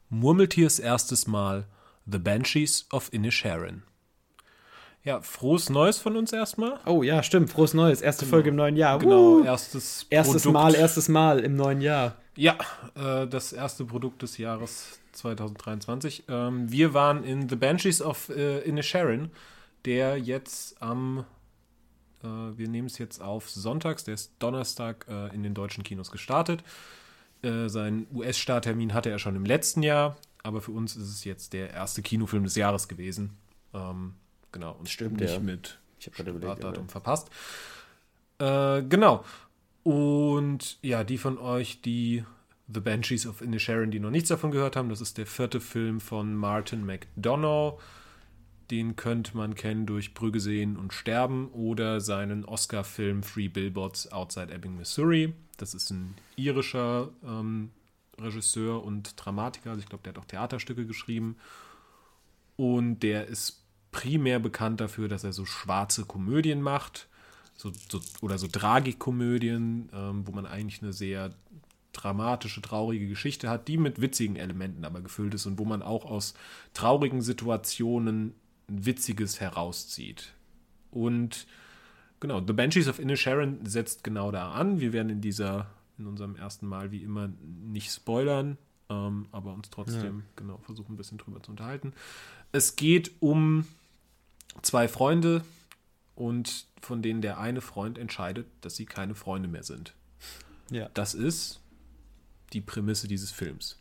Murmeltiers erstes Mal, The Banshees of Inisherin. Ja, frohes Neues von uns erstmal. Oh ja, stimmt, frohes Neues, erste Folge im neuen Jahr. Genau, erstes Mal im neuen Jahr. Ja, das erste Produkt des Jahres 2023. Wir waren in The Banshees of Inisherin, der jetzt wir nehmen es jetzt auf sonntags, der ist Donnerstag in den deutschen Kinos gestartet. Seinen US-Starttermin hatte er schon im letzten Jahr, aber für uns ist es jetzt der erste Kinofilm des Jahres gewesen. Genau, und stimmt nicht ja. mit Startdatum verpasst. Genau. Und ja, die von euch, die The Banshees of Inisherin, die noch nichts davon gehört haben, das ist der 4. Film von Martin McDonagh. Den könnte man kennen durch Brügge sehen und sterben oder seinen Oscar-Film Three Billboards Outside Ebbing, Missouri. Das ist ein irischer Regisseur und Dramatiker. Also ich glaube, der hat auch Theaterstücke geschrieben. Und der ist primär bekannt dafür, dass er so schwarze Komödien macht. Oder so Tragikomödien, wo man eigentlich eine sehr dramatische, traurige Geschichte hat, die mit witzigen Elementen aber gefüllt ist und wo man auch aus traurigen Situationen Witziges herauszieht. Und genau, The Banshees of Inisherin setzt genau da an. Wir werden in unserem ersten Mal wie immer nicht spoilern, aber uns trotzdem versuchen ein bisschen drüber zu unterhalten. Es geht um 2 Freunde und von denen der eine Freund entscheidet, dass sie keine Freunde mehr sind. Ja. Das ist die Prämisse dieses Films.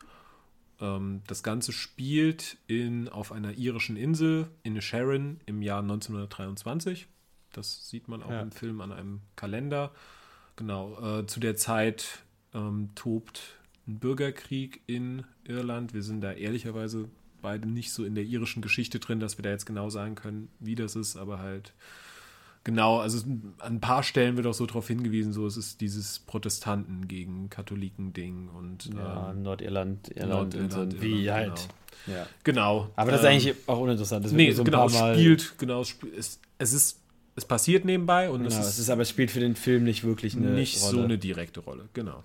Das Ganze spielt auf einer irischen Insel, Inisherin, im Jahr 1923. Das sieht man auch im Film an einem Kalender. Genau, zu der Zeit tobt ein Bürgerkrieg in Irland. Wir sind da ehrlicherweise beide nicht so in der irischen Geschichte drin, dass wir da jetzt genau sagen können, wie das ist, aber halt genau, also an ein paar Stellen wird auch so darauf hingewiesen, so es ist dieses Protestanten gegen Katholiken-Ding und Nordirland, Irland, wie Irland, halt. Genau. Ja. Genau. Aber das ist eigentlich auch uninteressant. Das Nee, wird so ein genau, paar Mal es passiert nebenbei und genau, es spielt für den Film nicht wirklich eine nicht Rolle. So eine direkte Rolle, genau.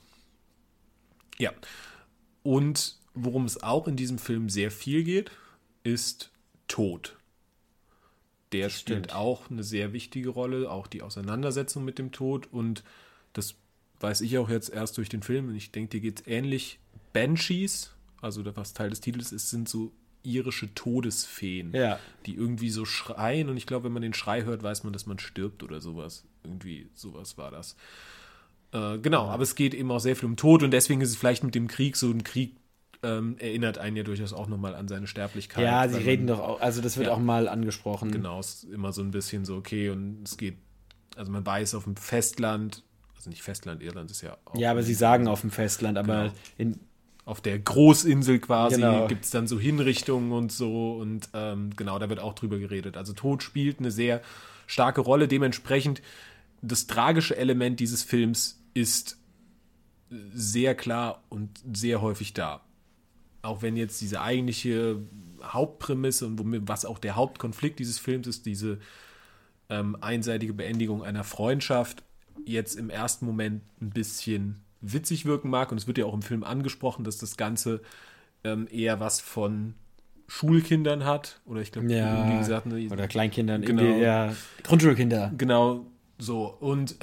Ja. Und worum es auch in diesem Film sehr viel geht, ist Tod. Der spielt auch eine sehr wichtige Rolle, auch die Auseinandersetzung mit dem Tod. Und das weiß ich auch jetzt erst durch den Film. Und ich denke, dir geht es ähnlich. Banshees, also was Teil des Titels ist, sind so irische Todesfeen, die irgendwie so schreien. Und ich glaube, wenn man den Schrei hört, weiß man, dass man stirbt oder sowas. Irgendwie sowas war das. Genau, aber es geht eben auch sehr viel um Tod. Und deswegen ist es vielleicht mit dem Krieg so ein Krieg, erinnert einen ja durchaus auch nochmal an seine Sterblichkeit. Ja, sie reden doch auch, also das wird auch mal angesprochen. Genau, es ist immer so ein bisschen so, okay, und es geht, also man weiß auf dem Festland, also nicht Festland, Irland ist ja auch. Ja, aber sie sagen auf dem Festland, aber auf der Großinsel quasi genau. Gibt es dann so Hinrichtungen und so und genau, da wird auch drüber geredet. Also Tod spielt eine sehr starke Rolle, dementsprechend das tragische Element dieses Films ist sehr klar und sehr häufig da. Auch wenn jetzt diese eigentliche Hauptprämisse und was auch der Hauptkonflikt dieses Films ist, diese einseitige Beendigung einer Freundschaft, jetzt im ersten Moment ein bisschen witzig wirken mag. Und es wird ja auch im Film angesprochen, dass das Ganze eher was von Schulkindern hat. Oder ich glaube, wie gesagt, oder Kleinkindern, genau, Grundschulkinder. Genau, so. Und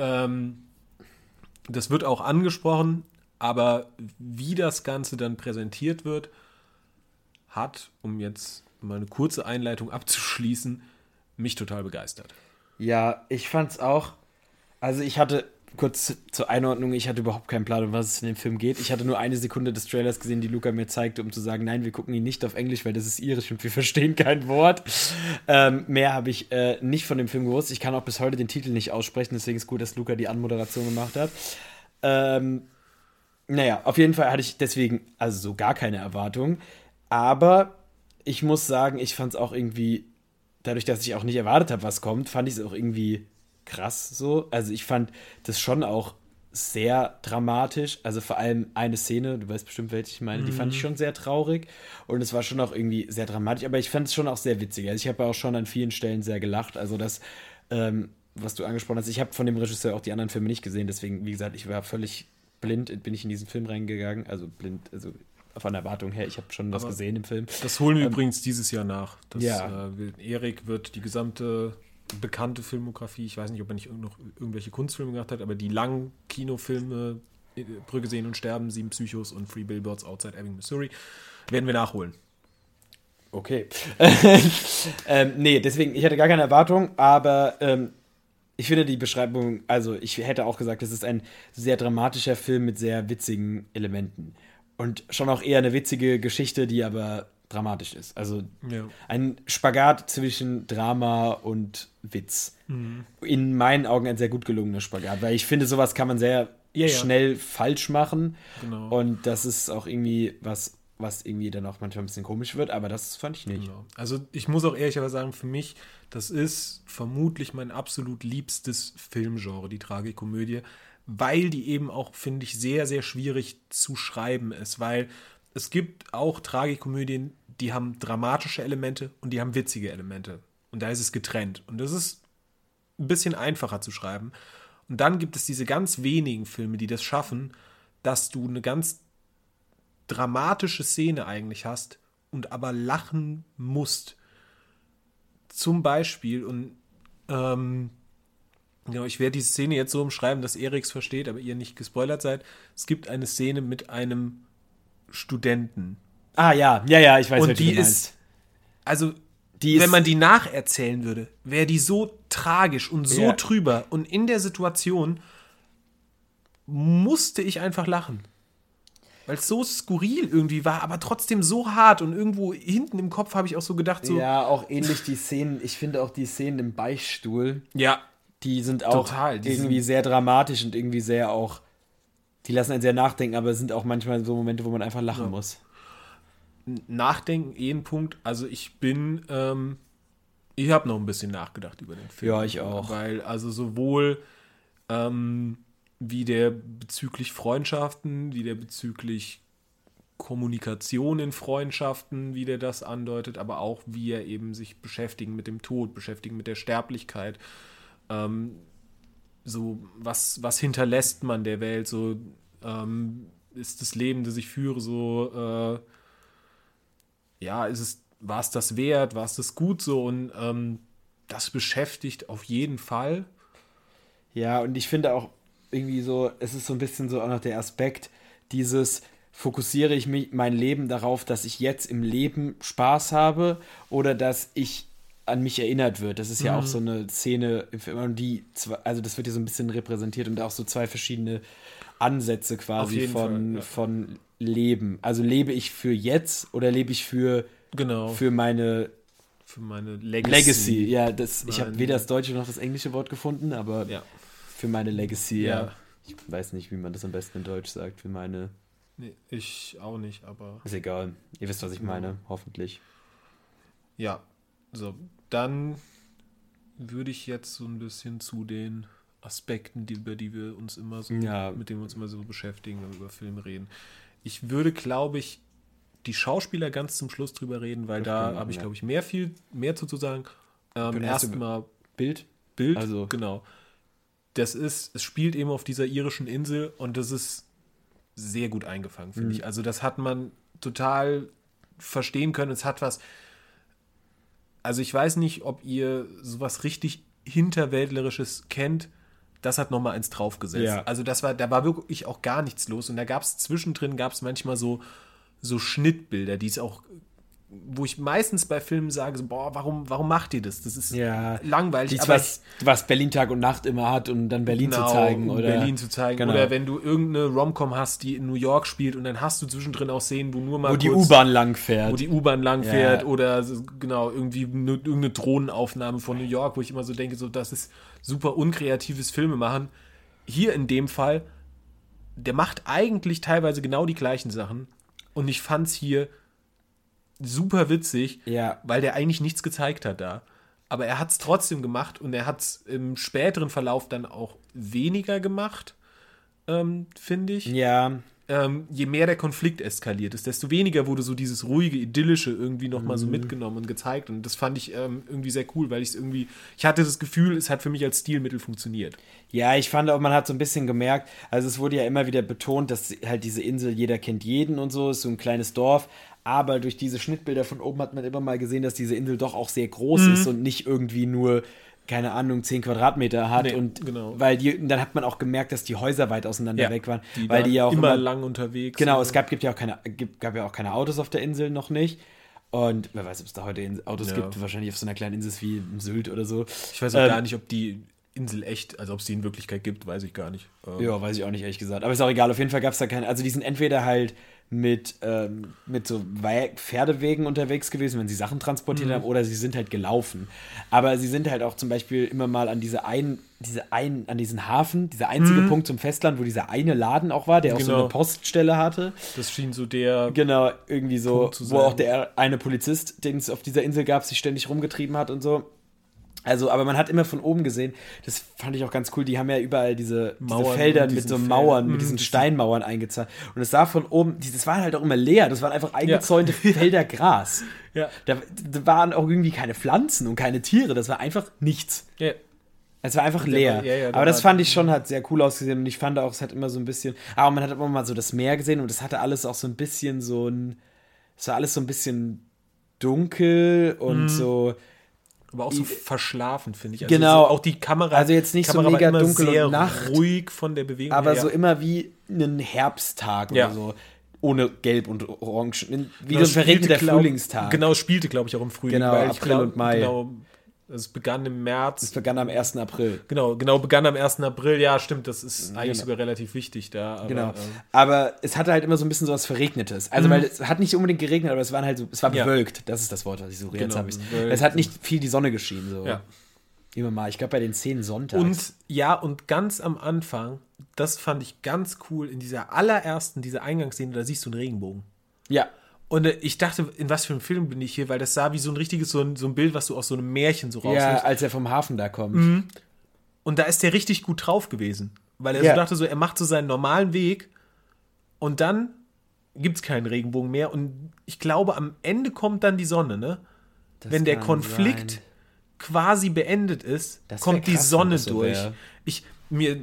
das wird auch angesprochen. Aber wie das Ganze dann präsentiert wird, hat, um jetzt mal eine kurze Einleitung abzuschließen, mich total begeistert. Ja, ich fand's auch, also ich hatte, kurz zur Einordnung, ich hatte überhaupt keinen Plan, um was es in dem Film geht. Ich hatte nur eine Sekunde des Trailers gesehen, die Luca mir zeigte, um zu sagen, nein, wir gucken ihn nicht auf Englisch, weil das ist irisch und wir verstehen kein Wort. Mehr habe ich nicht von dem Film gewusst. Ich kann auch bis heute den Titel nicht aussprechen, deswegen ist gut, dass Luca die Anmoderation gemacht hat. Naja, auf jeden Fall hatte ich deswegen also so gar keine Erwartung. Aber ich muss sagen, ich fand es auch irgendwie, dadurch, dass ich auch nicht erwartet habe, was kommt, fand ich es auch irgendwie krass so. Also ich fand das schon auch sehr dramatisch. Also vor allem eine Szene, du weißt bestimmt, welche ich meine, die fand ich schon sehr traurig. Und es war schon auch irgendwie sehr dramatisch. Aber ich fand es schon auch sehr witzig. Also ich habe auch schon an vielen Stellen sehr gelacht. Also das, was du angesprochen hast, ich habe von dem Regisseur auch die anderen Filme nicht gesehen. Deswegen, wie gesagt, ich war völlig blind, bin ich in diesen Film reingegangen. Also blind, also von Erwartung her. Ich habe schon was gesehen im Film. Das holen wir übrigens dieses Jahr nach. Ja. Erik wird die gesamte bekannte Filmografie, ich weiß nicht, ob er nicht noch irgendwelche Kunstfilme gemacht hat, aber die langen Kinofilme, Brücke sehen und sterben, 7 Psychos und 3 Billboards Outside Ebbing, Missouri, werden wir nachholen. Okay. Nee, deswegen, ich hatte gar keine Erwartung, aber ich finde die Beschreibung, also ich hätte auch gesagt, es ist ein sehr dramatischer Film mit sehr witzigen Elementen. Und schon auch eher eine witzige Geschichte, die aber dramatisch ist. Also ein Spagat zwischen Drama und Witz. In meinen Augen ein sehr gut gelungener Spagat, weil ich finde, sowas kann man sehr schnell falsch machen. Genau. Und das ist auch irgendwie was irgendwie dann auch manchmal ein bisschen komisch wird, aber das fand ich nicht. Genau. Also ich muss auch ehrlich sagen, für mich, das ist vermutlich mein absolut liebstes Filmgenre, die Tragikomödie, weil die eben auch, finde ich, sehr, sehr schwierig zu schreiben ist, weil es gibt auch Tragikomödien, die haben dramatische Elemente und die haben witzige Elemente. Und da ist es getrennt. Und das ist ein bisschen einfacher zu schreiben. Und dann gibt es diese ganz wenigen Filme, die das schaffen, dass du eine ganz dramatische Szene eigentlich hast und aber lachen musst. Zum Beispiel, und ich werde die Szene jetzt so umschreiben, dass Eriks versteht, aber ihr nicht gespoilert seid. Es gibt eine Szene mit einem Studenten. Ah, ja, ich weiß, und die ist, also wenn man die nacherzählen würde, wäre die so tragisch und so trüber. Und in der Situation musste ich einfach lachen. Weil es so skurril irgendwie war, aber trotzdem so hart. Und irgendwo hinten im Kopf habe ich auch so gedacht, so. Ja, auch ähnlich die Szenen. Ich finde auch die Szenen im Beichtstuhl. Ja. Die sind auch irgendwie sehr dramatisch und irgendwie sehr auch. Die lassen einen sehr nachdenken, aber es sind auch manchmal so Momente, wo man einfach lachen muss. Nachdenken, ein Punkt. Also ich habe noch ein bisschen nachgedacht über den Film. Ja, ich auch. Weil also sowohl wie der bezüglich Freundschaften, wie der bezüglich Kommunikation in Freundschaften, wie der das andeutet, aber auch wie er eben sich beschäftigen mit dem Tod, beschäftigen mit der Sterblichkeit. So, was hinterlässt man der Welt? So, ist das Leben, das ich führe, so, war es das wert? War es das gut so? Und das beschäftigt auf jeden Fall. Ja, und ich finde auch irgendwie so, es ist so ein bisschen so auch noch der Aspekt, fokussiere ich mein Leben darauf, dass ich jetzt im Leben Spaß habe oder dass ich an mich erinnert wird. Das ist ja auch so eine Szene im Film, also das wird ja so ein bisschen repräsentiert und auch so zwei verschiedene Ansätze quasi von Leben. Also lebe ich für jetzt oder lebe ich für meine Legacy. Ja, ich habe weder das deutsche noch das englische Wort gefunden, aber für meine Legacy, ja. Ich weiß nicht, wie man das am besten in Deutsch sagt. Für meine. Nee, ich auch nicht, aber. Ist egal. Ihr wisst, was ich meine, hoffentlich. Ja, so. Dann würde ich jetzt so ein bisschen zu den Aspekten, über die wir uns immer so, mit denen wir uns immer so beschäftigen, wenn wir über Filme reden. Ich würde, glaube ich, die Schauspieler ganz zum Schluss drüber reden, weil da habe ich, glaube ich, mehr zu sagen. Erstmal Bild, also genau. Es spielt eben auf dieser irischen Insel und das ist sehr gut eingefangen, finde ich. Also das hat man total verstehen können. Es hat was, also ich weiß nicht, ob ihr sowas richtig Hinterwäldlerisches kennt. Das hat nochmal eins draufgesetzt. Ja. Also da war wirklich auch gar nichts los und da gab es manchmal so Schnittbilder, die es auch, wo ich meistens bei Filmen sage, so, boah, warum macht ihr das? Das ist langweilig. Was Berlin Tag und Nacht immer hat, um dann Berlin zu zeigen. Genau. Oder wenn du irgendeine Rom-Com hast, die in New York spielt und dann hast du zwischendrin auch Szenen, wo nur mal die U-Bahn lang fährt. Wo die U-Bahn lang fährt oder genau, irgendwie irgendeine Drohnenaufnahme von New York, wo ich immer so denke, so, das ist super unkreatives Filmemachen. Hier in dem Fall, der macht eigentlich teilweise genau die gleichen Sachen und ich fand's hier super witzig, weil der eigentlich nichts gezeigt hat da. Aber er hat es trotzdem gemacht und er hat es im späteren Verlauf dann auch weniger gemacht, finde ich. Ja. je mehr der Konflikt eskaliert ist, desto weniger wurde so dieses ruhige, idyllische irgendwie nochmal so mitgenommen und gezeigt. Und das fand ich irgendwie sehr cool, weil ich hatte das Gefühl, es hat für mich als Stilmittel funktioniert. Ja, ich fand auch, man hat so ein bisschen gemerkt, also es wurde ja immer wieder betont, dass halt diese Insel, jeder kennt jeden und so, ist so ein kleines Dorf, aber durch diese Schnittbilder von oben hat man immer mal gesehen, dass diese Insel doch auch sehr groß ist und nicht irgendwie nur, keine Ahnung, 10 Quadratmeter hat. Nee, und genau. dann hat man auch gemerkt, dass die Häuser weit auseinander weg waren. Die weil waren die ja auch immer lang unterwegs. Genau, es gab ja auch keine Autos auf der Insel noch nicht. Und wer weiß, ob es da heute Autos gibt, wahrscheinlich auf so einer kleinen Insel wie im Sylt oder so. Ich weiß auch gar nicht, ob die Insel echt, also ob es die in Wirklichkeit gibt, weiß ich gar nicht. Ja, weiß ich auch nicht, ehrlich gesagt. Aber ist auch egal, auf jeden Fall gab es da keine, also die sind entweder halt mit so Pferdewegen unterwegs gewesen, wenn sie Sachen transportiert haben, oder sie sind halt gelaufen. Aber sie sind halt auch zum Beispiel immer mal an an diesen Hafen, dieser einzige Punkt zum Festland, wo dieser eine Laden auch war, der auch so eine Poststelle hatte. Das schien so der Genau, irgendwie so, wo auch der eine Polizist, den es auf dieser Insel gab, sich ständig rumgetrieben hat und so. Also, aber man hat immer von oben gesehen, das fand ich auch ganz cool, die haben ja überall diese Felder mit so Mauern, mit diesen Steinmauern eingezahlt. Und es sah von oben, das waren halt auch immer leer, das waren einfach eingezäunte Felder Gras. Ja. Da waren auch irgendwie keine Pflanzen und keine Tiere, das war einfach nichts. Ja. Es war einfach leer. Aber das fand ich schon, hat sehr cool ausgesehen und ich fand auch, es hat immer so ein bisschen, aber man hat immer mal so das Meer gesehen und es hatte alles auch so ein bisschen es war alles so ein bisschen dunkel und so. Aber auch so verschlafen, finde ich. Also genau. So auch die Kamera. Also jetzt nicht so mega dunkel sehr und Nacht. Ruhig von der Bewegung aber her. so immer wie einen Herbsttag oder so. Ohne Gelb und Orange. Wie so ein verregneter Frühlingstag. Genau, spielte, glaube ich, auch im Frühling. Genau, weil April und Mai. Genau, es begann im März. Es begann am 1. April. Genau, begann am 1. April. Ja, stimmt, das ist eigentlich sogar relativ wichtig da. Aber, genau. Aber es hatte halt immer so ein bisschen so was Verregnetes. Also, weil es hat nicht unbedingt geregnet, aber es war bewölkt. Das ist das Wort, was ich suche. Jetzt habe ich es. Es hat nicht viel die Sonne geschienen. So. Ja. Immer mal. Ich glaube, bei den 10 Sonntags. Und ganz am Anfang, das fand ich ganz cool, in dieser Eingangsszene, da siehst du einen Regenbogen. Ja. Und ich dachte, in was für einem Film bin ich hier, weil das sah wie so ein richtiges, so ein Bild, was du aus so einem Märchen so rausnimmst. Ja, als er vom Hafen da kommt. Und da ist der richtig gut drauf gewesen. Weil er so dachte, er macht so seinen normalen Weg und dann gibt es keinen Regenbogen mehr. Und ich glaube, am Ende kommt dann die Sonne, ne? Wenn der Konflikt quasi beendet ist, kommt die Sonne durch. Mir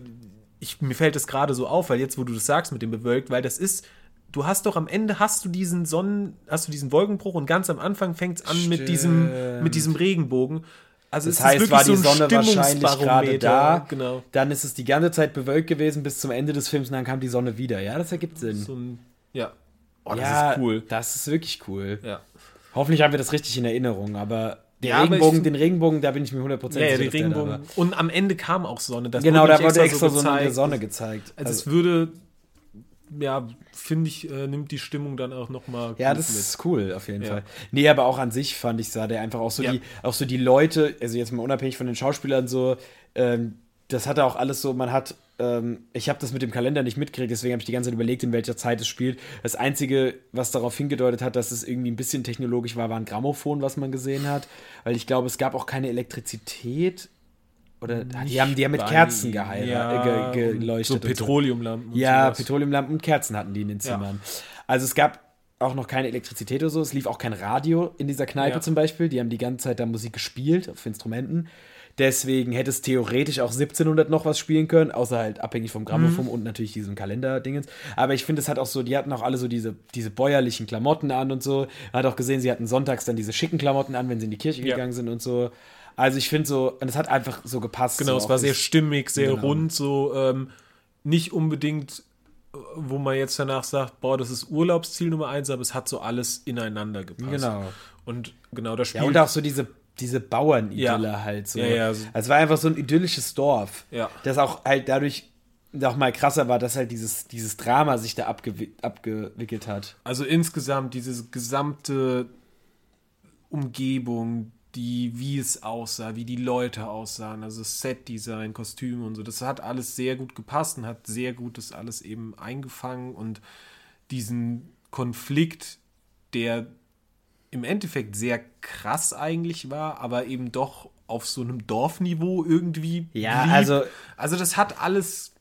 fällt das gerade so auf, weil jetzt, wo du das sagst mit dem Bewölkt, weil das ist, du hast doch am Ende diesen Wolkenbruch und ganz am Anfang fängt es an mit diesem Regenbogen. Also das heißt, war die Sonne wahrscheinlich gerade da, genau. Dann ist es die ganze Zeit bewölkt gewesen bis zum Ende des Films und dann kam die Sonne wieder. Ja, das ergibt Sinn. Das ist cool. Das ist wirklich cool. Ja. Hoffentlich haben wir das richtig in Erinnerung, aber den Regenbogen, da bin ich mir 100% sicher. Ja, den Regenbogen. Und am Ende kam auch Sonne. Das genau, da wurde extra so eine Sonne gezeigt. Also es würde, finde ich, nimmt die Stimmung dann auch nochmal. Ja, das ist cool, auf jeden Fall. Nee, aber auch an sich fand ich, sah der einfach auch so die Leute, also jetzt mal unabhängig von den Schauspielern so, das hatte auch alles so, ich habe das mit dem Kalender nicht mitgekriegt, deswegen habe ich die ganze Zeit überlegt, in welcher Zeit es spielt. Das Einzige, was darauf hingedeutet hat, dass es irgendwie ein bisschen technologisch war ein Grammophon, was man gesehen hat. Weil ich glaube, es gab auch keine Elektrizität. Oder die haben mit Kerzen geleuchtet. So Petroleumlampen. Petroleumlampen und Kerzen hatten die in den Zimmern. Ja. Also es gab auch noch keine Elektrizität oder so. Es lief auch kein Radio in dieser Kneipe zum Beispiel. Die haben die ganze Zeit da Musik gespielt auf Instrumenten. Deswegen hätte es theoretisch auch 1700 noch was spielen können, außer halt abhängig vom Grammophon und natürlich diesem Kalender-Dingens. Aber ich finde, es hat auch so, die hatten auch alle so diese bäuerlichen Klamotten an und so. Man hat auch gesehen, sie hatten sonntags dann diese schicken Klamotten an, wenn sie in die Kirche gegangen sind und so. Also ich finde so, und es hat einfach so gepasst. Genau, so es war sehr stimmig, sehr rund, so nicht unbedingt, wo man jetzt danach sagt, boah, das ist Urlaubsziel Nummer 1, aber es hat so alles ineinander gepasst. Genau. Und genau das Spiel. Ja, und auch so diese Bauernidylle halt so. Ja. Also es war einfach so ein idyllisches Dorf. Ja. Das auch halt dadurch noch mal krasser war, dass halt dieses Drama sich da abgewickelt hat. Also insgesamt diese gesamte Umgebung, wie es aussah, wie die Leute aussahen, also Setdesign, Kostüme und so, das hat alles sehr gut gepasst und hat sehr gut das alles eben eingefangen und diesen Konflikt, der im Endeffekt sehr krass eigentlich war, aber eben doch auf so einem Dorfniveau irgendwie ja, blieb. Also das hat alles,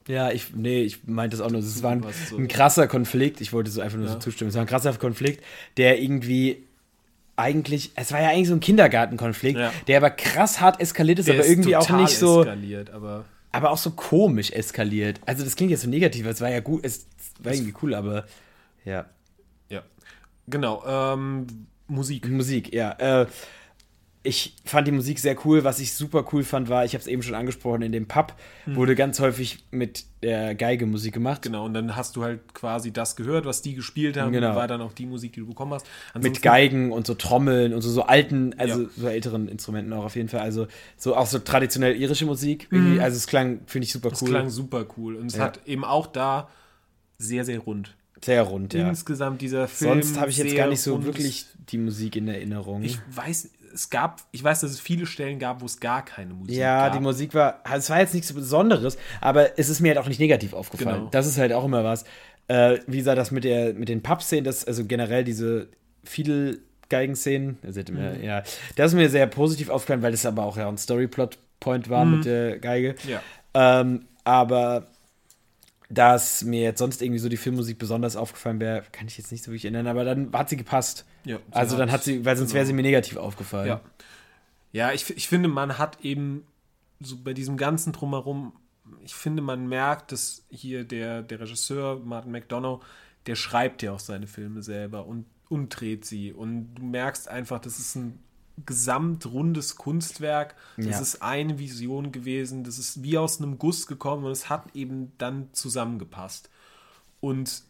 Ja, ich meinte das auch nur. Es war So. ein krasser Konflikt. Ich wollte so einfach nur so zustimmen. Es war ein krasser Konflikt, der irgendwie es war ja eigentlich so ein Kindergartenkonflikt, der aber krass hart eskaliert ist, aber irgendwie auch nicht so. Eskaliert, aber auch so komisch eskaliert. Also, das klingt jetzt so negativ, es war ja gut, es war irgendwie cool, aber ja. Ja. Genau. Musik, ja. Ich fand die Musik sehr cool. Was ich super cool fand, war, ich habe es eben schon angesprochen, in dem Pub wurde ganz häufig mit der Geige Musik gemacht. Genau, und dann hast du halt quasi das gehört, was die gespielt haben. Genau. War dann auch die Musik, die du bekommen hast. Mit Geigen und so Trommeln und so alten, also so älteren Instrumenten auch auf jeden Fall. Also auch so traditionell irische Musik. Also es klang, finde ich, super cool. Es klang super cool. Und es hat eben auch da sehr, sehr rund. Sehr rund, ja. Insgesamt dieser Film. Sonst habe ich jetzt gar nicht so wirklich die Musik in Erinnerung. Ich weiß, dass es viele Stellen gab, wo es gar keine Musik gab. Ja, die Musik es war jetzt nichts Besonderes, aber es ist mir halt auch nicht mehr aufgefallen. Genau. Das ist halt auch immer was. Wie gesagt, das mit den Pub-Szenen, also generell diese Fiedel-Geigen-Szenen, das ist mir sehr positiv aufgefallen, weil das aber auch ja ein Story-Plot-Point war mit der Geige. Ja. Aber dass mir jetzt sonst irgendwie so die Filmmusik besonders aufgefallen wäre, kann ich jetzt nicht so wirklich erinnern, aber dann hat sie gepasst. Ja, also dann hat sie, weil sonst wäre sie mir negativ aufgefallen. Ja, ja, ich finde, man hat eben so bei diesem ganzen Drumherum, ich finde, man merkt, dass hier der Regisseur Martin McDonagh, der schreibt ja auch seine Filme selber und dreht sie. Und du merkst einfach, das ist ein gesamtrundes Kunstwerk. Das ist eine Vision gewesen. Das ist wie aus einem Guss gekommen und es hat eben dann zusammengepasst. Und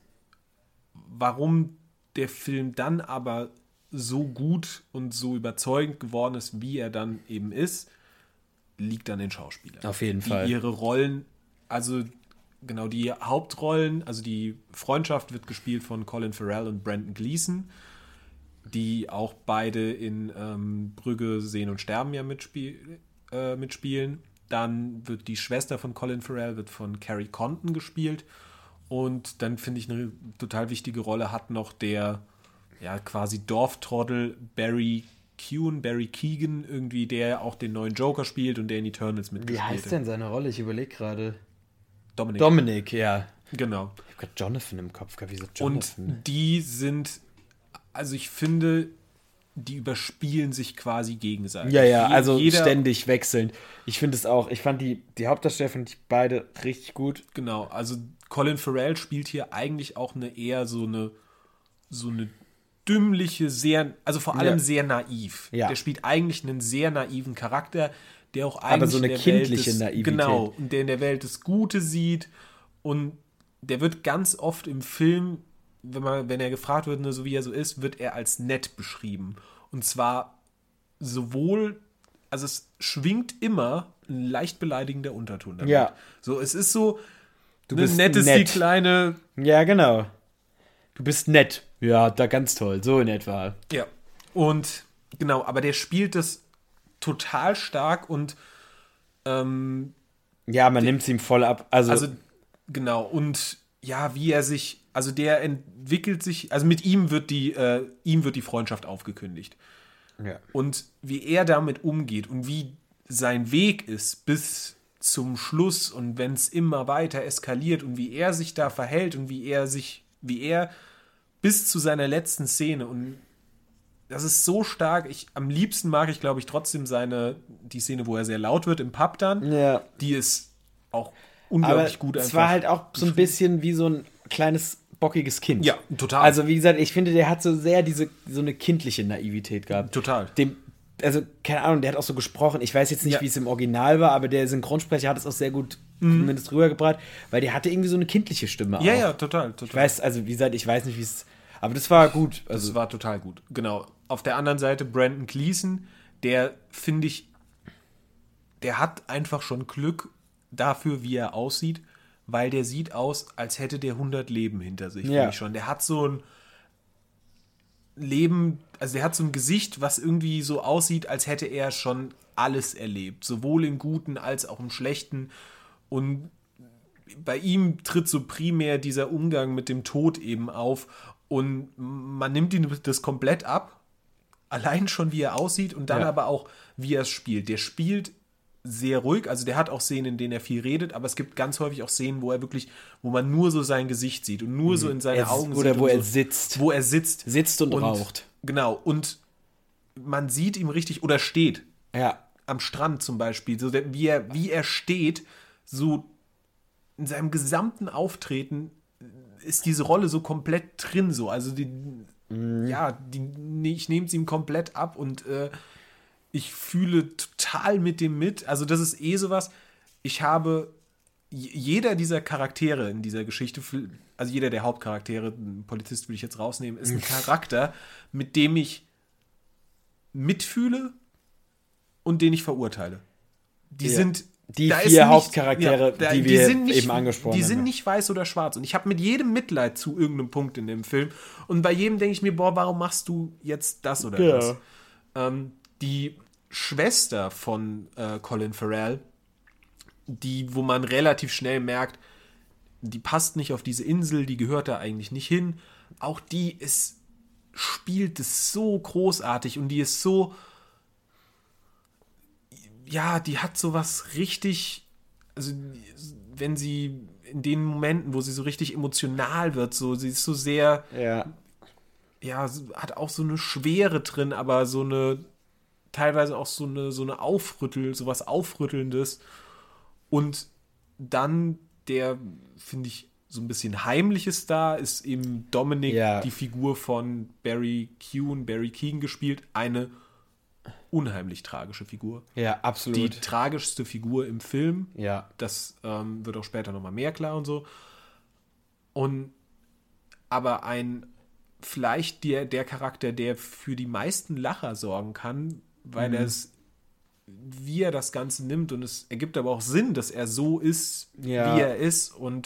warum der Film dann aber so gut und so überzeugend geworden ist, wie er dann eben ist, liegt an den Schauspielern. Auf jeden Fall. Die ihre Rollen, also genau die Hauptrollen, also die Freundschaft wird gespielt von Colin Farrell und Brendan Gleeson, die auch beide in Brügge, Sehen und Sterben ja mitspielen. Dann wird die Schwester von Colin Farrell wird von Carrie Condon gespielt. Und dann finde ich eine total wichtige Rolle hat noch der quasi Dorftrottel Barry Keoghan irgendwie, der auch den neuen Joker spielt und der in Eternals mitgespielt hat. Wie heißt denn seine Rolle? Ich überlege gerade. Dominic, ja. Genau. Ich habe gerade Jonathan im Kopf. Wieso Jonathan? Und die sind, also ich finde, die überspielen sich quasi gegenseitig. Ja, also ständig wechselnd. Ich finde es auch, ich fand die Hauptdarsteller finde ich beide richtig gut. Genau, also Colin Farrell spielt hier eigentlich auch eher so eine dümmliche, also vor allem sehr naiv. Ja. Der spielt eigentlich einen sehr naiven Charakter, der auch eigentlich aber so eine kindliche Naivität. Genau, und der in der Welt das Gute sieht und der wird ganz oft im Film, wenn er gefragt wird, so wie er so ist, wird er als nett beschrieben. Und zwar sowohl, also es schwingt immer ein leicht beleidigender Unterton damit. Ja. So, es ist so, du bist nett ist die kleine. Ja, genau. Du bist nett. Ja, da ganz toll. So in etwa. Ja. Und genau, aber der spielt das total stark und ja, man nimmt es ihm voll ab. Also genau, und ja, wie er sich, also der entwickelt sich, also mit ihm wird die Freundschaft aufgekündigt. Ja. Und wie er damit umgeht und wie sein Weg ist bis zum Schluss und wenn es immer weiter eskaliert und wie er sich da verhält und wie er bis zu seiner letzten Szene und das ist so stark. Am liebsten mag ich, glaube ich, trotzdem die Szene, wo er sehr laut wird im Pub dann. Ja. Die ist auch unglaublich gut einfach. Es war halt auch so ein bisschen wie so ein kleines, bockiges Kind. Ja, total. Also, wie gesagt, ich finde, der hat so sehr so eine kindliche Naivität gehabt. Total. Also, keine Ahnung, der hat auch so gesprochen. Ich weiß jetzt nicht, wie es im Original war, aber der Synchronsprecher hat es auch sehr gut zumindest rübergebracht, weil der hatte irgendwie so eine kindliche Stimme auch. Ja, total. Ich weiß, also, wie gesagt, ich weiß nicht, wie es. Aber das war gut. Also, das war total gut. Genau. Auf der anderen Seite Brendan Gleeson, der, finde ich, der hat einfach schon Glück dafür, wie er aussieht, weil der sieht aus, als hätte der 100 Leben hinter sich. Ja. Ich schon. Der hat so ein Leben, also der hat so ein Gesicht, was irgendwie so aussieht, als hätte er schon alles erlebt. Sowohl im Guten als auch im Schlechten. Und bei ihm tritt so primär dieser Umgang mit dem Tod eben auf. Und man nimmt ihm das komplett ab. Allein schon, wie er aussieht und dann aber auch, wie er es spielt. Der spielt sehr ruhig. Also der hat auch Szenen, in denen er viel redet, aber es gibt ganz häufig auch Szenen, wo man nur so sein Gesicht sieht und nur so in seine Augen sieht. Oder wo er so, sitzt. Wo er sitzt. Sitzt und raucht. Genau. Und man sieht ihm richtig, oder steht. Ja. Am Strand zum Beispiel. So wie er steht, so in seinem gesamten Auftreten ist diese Rolle so komplett drin. So. Also ich nehme es ihm komplett ab und ich fühle total mit dem mit. Also das ist sowas. Jeder dieser Charaktere in dieser Geschichte, also jeder der Hauptcharaktere, ein Polizist will ich jetzt rausnehmen, ist ein Charakter, mit dem ich mitfühle und den ich verurteile. Die 4 Hauptcharaktere, die wir eben angesprochen haben. Die sind nicht weiß oder schwarz. Und ich habe mit jedem Mitleid zu irgendeinem Punkt in dem Film. Und bei jedem denke ich mir, warum machst du jetzt das oder das? Die Schwester von Colin Farrell, wo man relativ schnell merkt, die passt nicht auf diese Insel, die gehört da eigentlich nicht hin. Auch die spielt es so großartig und die ist so, ja, die hat sowas richtig, also wenn sie in den Momenten, wo sie so richtig emotional wird, so, sie ist so sehr, hat auch so eine Schwere drin, aber so eine, teilweise auch so eine sowas Aufrüttelndes. Und dann der, finde ich, so ein bisschen heimliche Star ist eben Dominic, die Figur von Barry Keoghan gespielt, eine unheimlich tragische Figur. Ja, absolut. Die tragischste Figur im Film. Ja. Das wird auch später nochmal mehr klar und so. Aber vielleicht der Charakter, der für die meisten Lacher sorgen kann, weil wie er das Ganze nimmt, und es ergibt aber auch Sinn, dass er so ist, wie er ist, und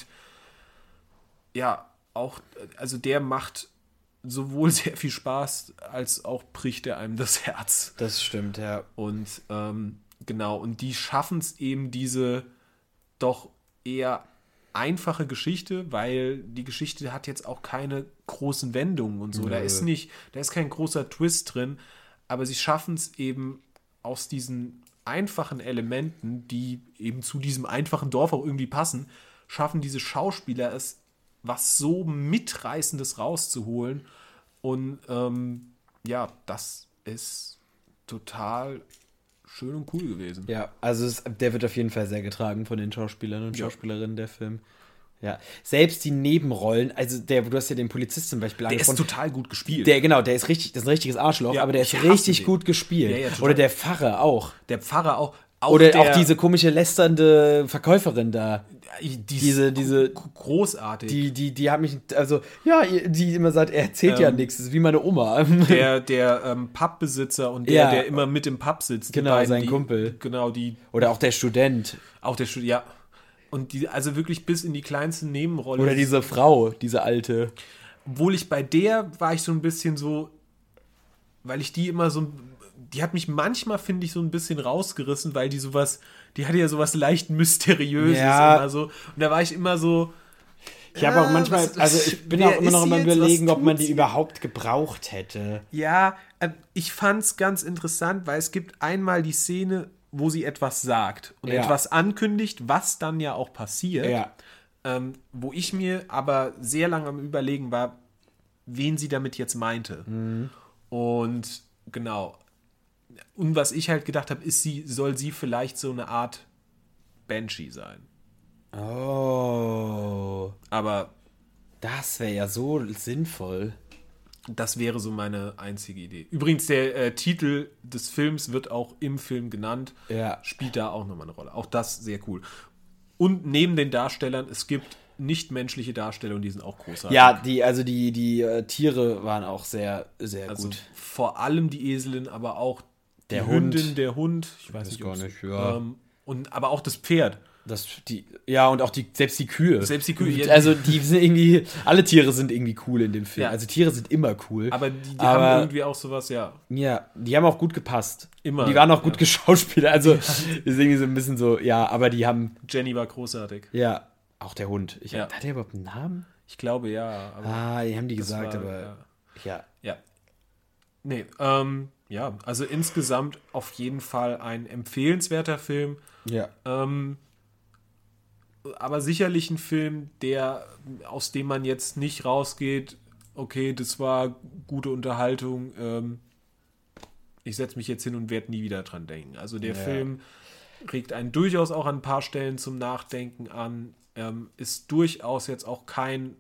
also der macht sowohl sehr viel Spaß, als auch bricht er einem das Herz. Das stimmt, ja. Und genau, und die schaffen es eben, diese doch eher einfache Geschichte, weil die Geschichte hat jetzt auch keine großen Wendungen und so. Da ist kein großer Twist drin, aber sie schaffen es eben aus diesen einfachen Elementen, die eben zu diesem einfachen Dorf auch irgendwie passen, schaffen diese Schauspieler es, was so Mitreißendes rauszuholen. Und das ist total schön und cool gewesen. Ja, also der wird auf jeden Fall sehr getragen von den Schauspielern und Schauspielerinnen, der Film. Ja, selbst die Nebenrollen, also du hast ja den Polizist zum Beispiel angesprochen. Der ist total gut gespielt. Der ist ein richtiges Arschloch, aber der ist richtig gut gespielt. Ja, oder der Pfarrer auch. Der Pfarrer auch. Oder auch diese komische, lästernde Verkäuferin da. Diese großartig. Die hat mich, also, die immer sagt, er erzählt ja nichts, das ist wie meine Oma. Der Pubbesitzer und der immer mit im Pub sitzt. Genau, sein Kumpel. Genau, oder auch der Student. Ja. Und also wirklich bis in die kleinsten Nebenrollen. Oder diese Frau, diese alte. Obwohl bei der war ich so ein bisschen so, weil ich die immer so, die hat mich manchmal, finde ich, so ein bisschen rausgerissen, weil die hatte ja sowas leicht Mysteriöses immer so. Und da war ich immer so. Ich habe auch manchmal, ich bin auch immer noch immer überlegen, ob man die überhaupt gebraucht hätte. Ja, ich fand's ganz interessant, weil es gibt einmal die Szene, wo sie etwas sagt und etwas ankündigt, was dann ja auch passiert. Ja. Wo ich mir aber sehr lange am Überlegen war, wen sie damit jetzt meinte. Mhm. Und genau. Und was ich halt gedacht habe, soll sie vielleicht so eine Art Banshee sein. Oh. Aber das wäre ja so sinnvoll. Das wäre so meine einzige Idee. Übrigens, der Titel des Films wird auch im Film genannt. Ja. Spielt da auch nochmal eine Rolle. Auch das sehr cool. Und neben den Darstellern, es gibt nichtmenschliche Darsteller und die sind auch großartig. Ja, die Tiere waren auch sehr, sehr also gut. Vor allem die Eselin, aber auch der die Hündin, der Hund. Ich weiß nicht, gar nicht, ja. Aber auch das Pferd. Und auch selbst die Kühe. Selbst die Kühe. Also die sind irgendwie, alle Tiere sind irgendwie cool in dem Film. Ja. Also Tiere sind immer cool. Aber die haben irgendwie auch sowas, Ja, die haben auch gut gepasst. Immer. Die waren auch gut geschauspielert. Also ist irgendwie so ein bisschen so, aber die haben... Jenny war großartig. Ja, auch der Hund. Hat der überhaupt einen Namen? Ich glaube, ja. Aber die haben die gesagt, aber... Ja. Nee, ja, also insgesamt auf jeden Fall ein empfehlenswerter Film. Ja. Aber sicherlich ein Film, aus dem man jetzt nicht rausgeht, okay, das war gute Unterhaltung, ich setze mich jetzt hin und werde nie wieder dran denken. Also der Film regt einen durchaus auch an ein paar Stellen zum Nachdenken an, ist durchaus jetzt auch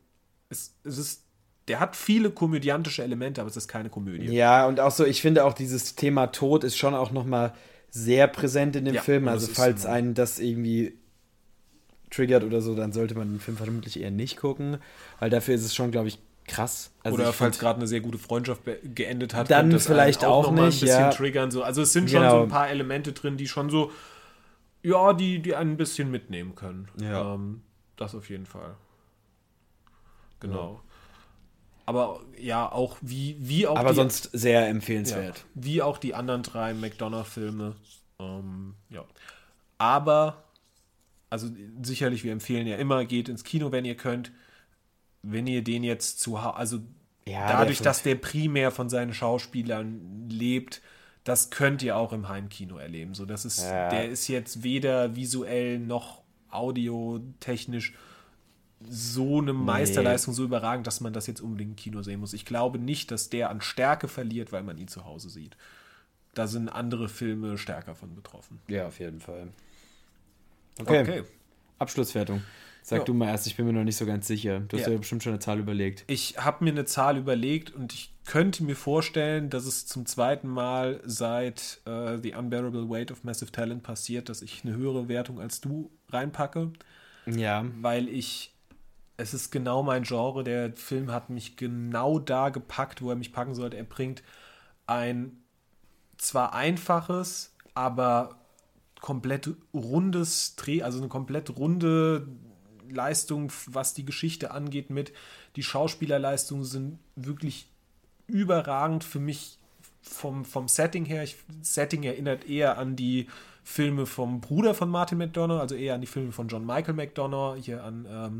der hat viele komödiantische Elemente, aber es ist keine Komödie. Ja, und auch so, ich finde auch dieses Thema Tod ist schon auch nochmal sehr präsent in dem Film. Also falls einen das irgendwie triggert oder so, dann sollte man den Film vermutlich eher nicht gucken, weil dafür ist es schon, glaube ich, krass. Also oder falls gerade eine sehr gute Freundschaft geendet hat, dann das vielleicht auch noch mal nicht, ein bisschen triggern. So. Also es sind schon so ein paar Elemente drin, die schon so, ja, die einen ein bisschen mitnehmen können. Ja. Das auf jeden Fall. Genau. Ja. Aber ja, auch wie auch aber sonst sehr empfehlenswert. Ja, wie auch die anderen 3 McDonagh-Filme. Ja. Aber, also sicherlich, wir empfehlen ja immer, geht ins Kino, wenn ihr könnt. Wenn ihr den jetzt dadurch, dass der primär von seinen Schauspielern lebt, das könnt ihr auch im Heimkino erleben. So, der ist jetzt weder visuell noch audiotechnisch so eine Meisterleistung, so überragend, dass man das jetzt unbedingt im Kino sehen muss. Ich glaube nicht, dass der an Stärke verliert, weil man ihn zu Hause sieht. Da sind andere Filme stärker von betroffen. Ja, auf jeden Fall. Okay. Abschlusswertung. Sag du mal erst, ich bin mir noch nicht so ganz sicher. Du hast ja bestimmt schon eine Zahl überlegt. Ich habe mir eine Zahl überlegt und ich könnte mir vorstellen, dass es zum zweiten Mal seit The Unbearable Weight of Massive Talent passiert, dass ich eine höhere Wertung als du reinpacke. Ja. Weil es ist genau mein Genre. Der Film hat mich genau da gepackt, wo er mich packen sollte. Er bringt ein zwar einfaches, aber komplett rundes also eine komplett runde Leistung, was die Geschichte angeht mit. Die Schauspielerleistungen sind wirklich überragend für mich vom Setting her. Setting erinnert eher an die Filme vom Bruder von Martin McDonagh, also eher an die Filme von John Michael McDonagh, hier an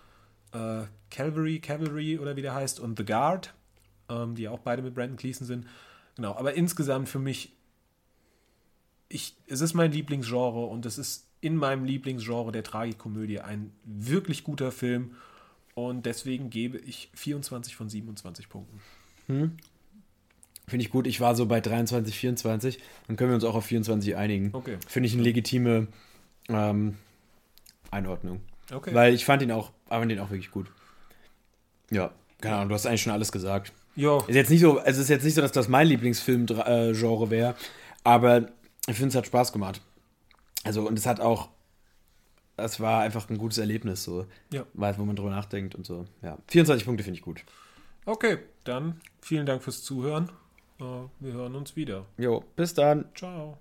Cavalry oder wie der heißt, und The Guard, die ja auch beide mit Brendan Gleeson sind. Genau, aber insgesamt für mich, es ist mein Lieblingsgenre und es ist in meinem Lieblingsgenre der Tragikomödie ein wirklich guter Film und deswegen gebe ich 24 von 27 Punkten. Finde ich gut. Ich war so bei 23, 24. Dann können wir uns auch auf 24 einigen. Okay. Finde ich eine legitime Einordnung. Okay. Weil ich fand den auch wirklich gut. Ja, keine Ahnung, du hast eigentlich schon alles gesagt. Ja. Ist jetzt nicht so, es ist jetzt nicht so, dass das mein Lieblingsfilm-Genre wäre, aber ich finde, es hat Spaß gemacht. Also, und es war einfach ein gutes Erlebnis, so. Ja. Wo man drüber nachdenkt und so. Ja. 24 Punkte finde ich gut. Okay, dann vielen Dank fürs Zuhören. Wir hören uns wieder. Jo, bis dann. Ciao.